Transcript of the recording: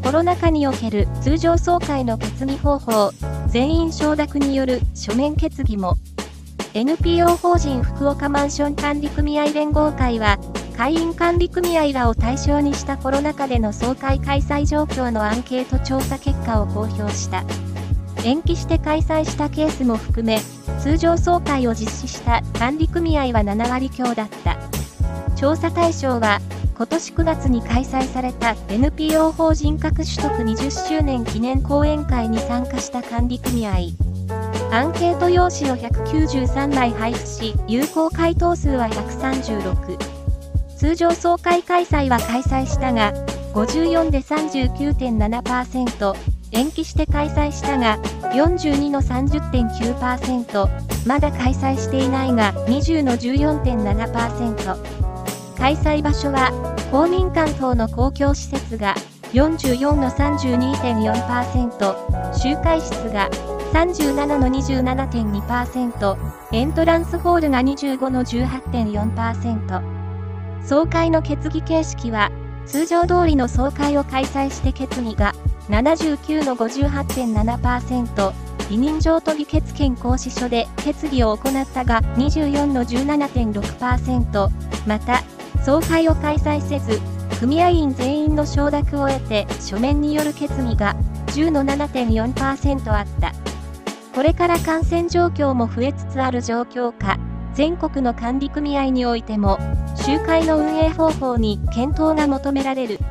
コロナ禍における通常総会の決議方法、全員承諾による書面決議も。NPO 法人福岡マンション管理組合連合会は、会員管理組合らを対象にしたコロナ禍での総会開催状況のアンケート調査結果を公表した。延期して開催したケースも含め、通常総会を実施した管理組合は7割強だった。調査対象は、今年9月に開催された NPO 法人格取得20周年記念講演会に参加した管理組合。アンケート用紙を193枚配布し、有効回答数は136。通常総会開催は開催したが、54で 39.7%、延期して開催したが、42の 30.9%、まだ開催していないが、20の 14.7%。開催場所は、公民館等の公共施設が44の 32.4%、集会室が37の 27.2%、エントランスホールが25の 18.4%。総会の決議形式は、通常通りの総会を開催して決議が79の 58.7%、委任状と議決権行使書で決議を行ったが24の 17.6%、また、総会を開催せず、組合員全員の承諾を得て書面による決議が10の 7.4% あった。これから感染状況も増えつつある状況下、全国の管理組合においても、集会の運営方法に検討が求められる。